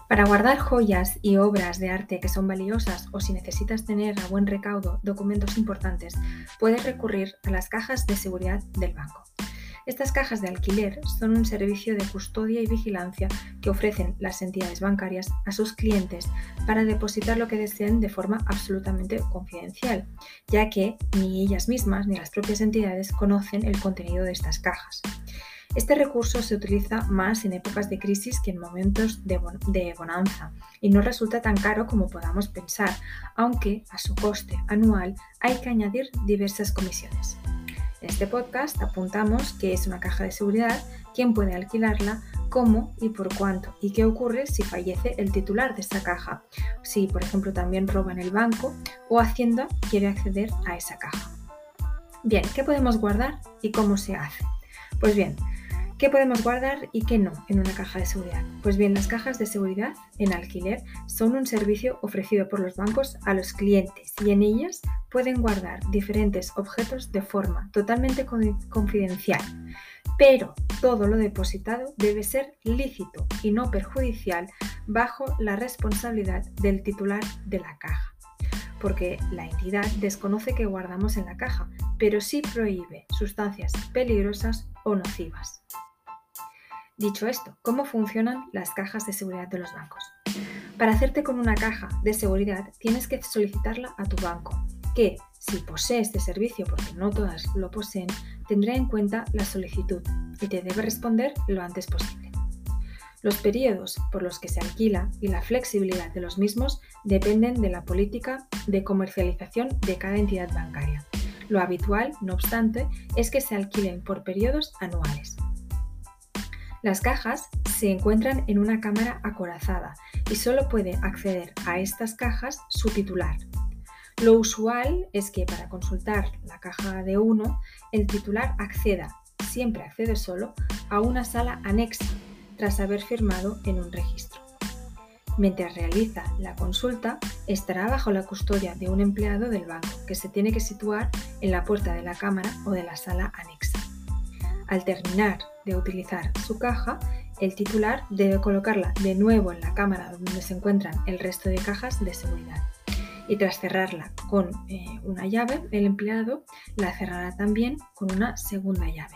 Para guardar joyas y obras de arte que son valiosas o si necesitas tener a buen recaudo documentos importantes, puedes recurrir a las cajas de seguridad del banco. Estas cajas de alquiler son un servicio de custodia y vigilancia que ofrecen las entidades bancarias a sus clientes para depositar lo que deseen de forma absolutamente confidencial, ya que ni ellas mismas ni las propias entidades conocen el contenido de estas cajas. Este recurso se utiliza más en épocas de crisis que en momentos de bonanza y no resulta tan caro como podamos pensar, aunque a su coste anual hay que añadir diversas comisiones. En este podcast apuntamos qué es una caja de seguridad, quién puede alquilarla, cómo y por cuánto, y qué ocurre si fallece el titular de esta caja, si por ejemplo también roban el banco o Hacienda quiere acceder a esa caja. Bien, ¿qué podemos guardar y cómo se hace? Pues bien, ¿qué podemos guardar y qué no en una caja de seguridad? Pues bien, las cajas de seguridad en alquiler son un servicio ofrecido por los bancos a los clientes y en ellas pueden guardar diferentes objetos de forma totalmente confidencial, pero todo lo depositado debe ser lícito y no perjudicial bajo la responsabilidad del titular de la caja, porque la entidad desconoce que guardamos en la caja, pero sí prohíbe sustancias peligrosas o nocivas. Dicho esto, ¿cómo funcionan las cajas de seguridad de los bancos? Para hacerte con una caja de seguridad tienes que solicitarla a tu banco, que, si posee este servicio, porque no todas lo poseen, tendrá en cuenta la solicitud y te debe responder lo antes posible. Los periodos por los que se alquila y la flexibilidad de los mismos dependen de la política de comercialización de cada entidad bancaria. Lo habitual, no obstante, es que se alquilen por periodos anuales. Las cajas se encuentran en una cámara acorazada y solo puede acceder a estas cajas su titular. Lo usual es que para consultar la caja de uno, el titular siempre accede solo, a una sala anexa tras haber firmado en un registro. Mientras realiza la consulta, estará bajo la custodia de un empleado del banco que se tiene que situar en la puerta de la cámara o de la sala anexa. Al terminar de utilizar su caja, el titular debe colocarla de nuevo en la cámara donde se encuentran el resto de cajas de seguridad. Y tras cerrarla con una llave, el empleado la cerrará también con una segunda llave.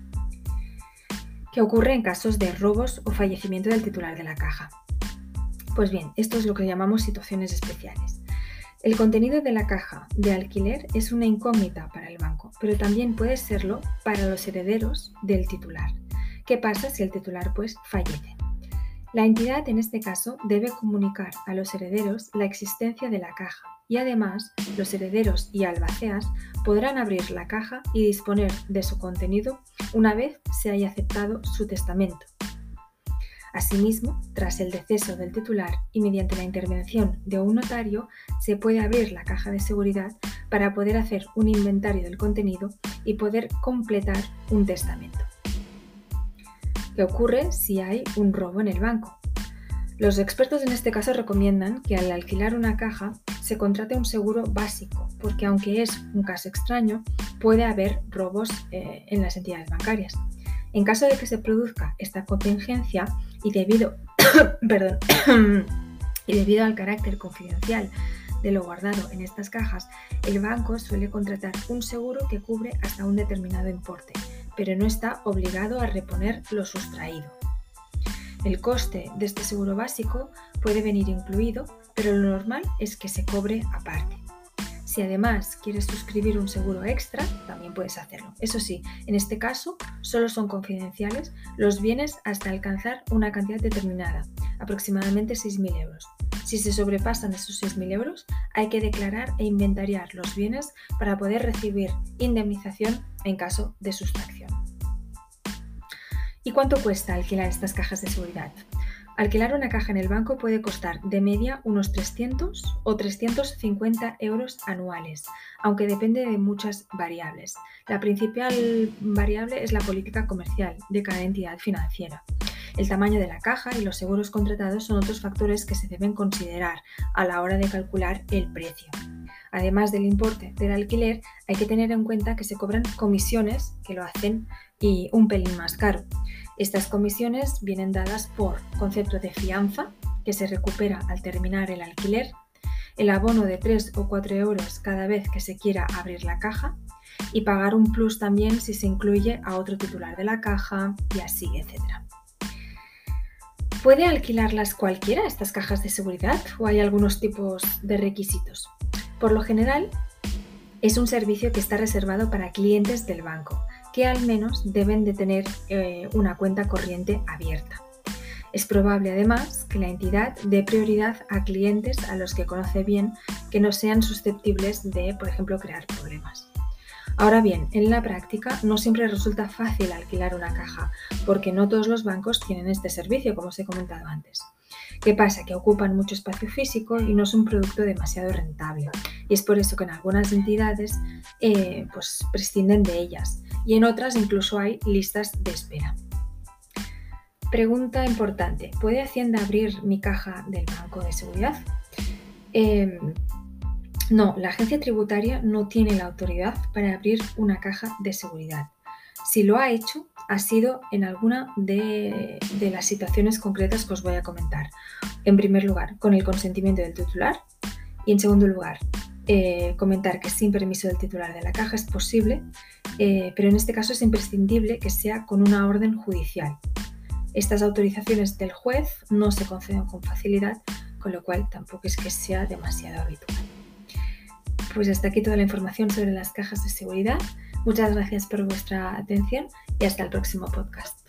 ¿Qué ocurre en casos de robos o fallecimiento del titular de la caja? Pues bien, esto es lo que llamamos situaciones especiales. El contenido de la caja de alquiler es una incógnita para el banco, pero también puede serlo para los herederos del titular. ¿Qué pasa si el titular fallece? La entidad en este caso debe comunicar a los herederos la existencia de la caja y además los herederos y albaceas podrán abrir la caja y disponer de su contenido una vez se haya aceptado su testamento. Asimismo, tras el deceso del titular y mediante la intervención de un notario, se puede abrir la caja de seguridad para poder hacer un inventario del contenido y poder completar un testamento. ¿Qué ocurre si hay un robo en el banco? Los expertos en este caso recomiendan que al alquilar una caja se contrate un seguro básico, porque aunque es un caso extraño, puede haber robos en las entidades bancarias. En caso de que se produzca esta contingencia y debido al carácter confidencial de lo guardado en estas cajas, el banco suele contratar un seguro que cubre hasta un determinado importe, pero no está obligado a reponer lo sustraído. El coste de este seguro básico puede venir incluido, pero lo normal es que se cobre aparte. Si además quieres suscribir un seguro extra, también puedes hacerlo. Eso sí, en este caso solo son confidenciales los bienes hasta alcanzar una cantidad determinada, aproximadamente 6.000 euros. Si se sobrepasan esos 6.000 euros, hay que declarar e inventariar los bienes para poder recibir indemnización en caso de sustracción. ¿Y cuánto cuesta alquilar estas cajas de seguridad? Alquilar una caja en el banco puede costar de media unos 300 o 350 euros anuales, aunque depende de muchas variables. La principal variable es la política comercial de cada entidad financiera. El tamaño de la caja y los seguros contratados son otros factores que se deben considerar a la hora de calcular el precio. Además del importe del alquiler, hay que tener en cuenta que se cobran comisiones que lo hacen un pelín más caro. Estas comisiones vienen dadas por concepto de fianza, que se recupera al terminar el alquiler, el abono de 3 o 4 euros cada vez que se quiera abrir la caja y pagar un plus también si se incluye a otro titular de la caja y así, etc. ¿Puede alquilarlas cualquiera, estas cajas de seguridad, o hay algunos tipos de requisitos? Por lo general, es un servicio que está reservado para clientes del banco, que al menos deben de tener una cuenta corriente abierta. Es probable además que la entidad dé prioridad a clientes a los que conoce bien que no sean susceptibles de, por ejemplo, crear problemas. Ahora bien, en la práctica no siempre resulta fácil alquilar una caja, porque no todos los bancos tienen este servicio, como os he comentado antes. ¿Qué pasa? Que ocupan mucho espacio físico y no es un producto demasiado rentable. Y es por eso que en algunas entidades prescinden de ellas y en otras incluso hay listas de espera. Pregunta importante: ¿puede Hacienda abrir mi caja del banco de seguridad? No, la agencia tributaria no tiene la autoridad para abrir una caja de seguridad. Si lo ha hecho, ha sido en alguna de las situaciones concretas que os voy a comentar. En primer lugar, con el consentimiento del titular y en segundo lugar, comentar que sin permiso del titular de la caja es posible, pero en este caso es imprescindible que sea con una orden judicial. Estas autorizaciones del juez no se conceden con facilidad, con lo cual tampoco es que sea demasiado habitual. Pues hasta aquí toda la información sobre las cajas de seguridad. Muchas gracias por vuestra atención y hasta el próximo podcast.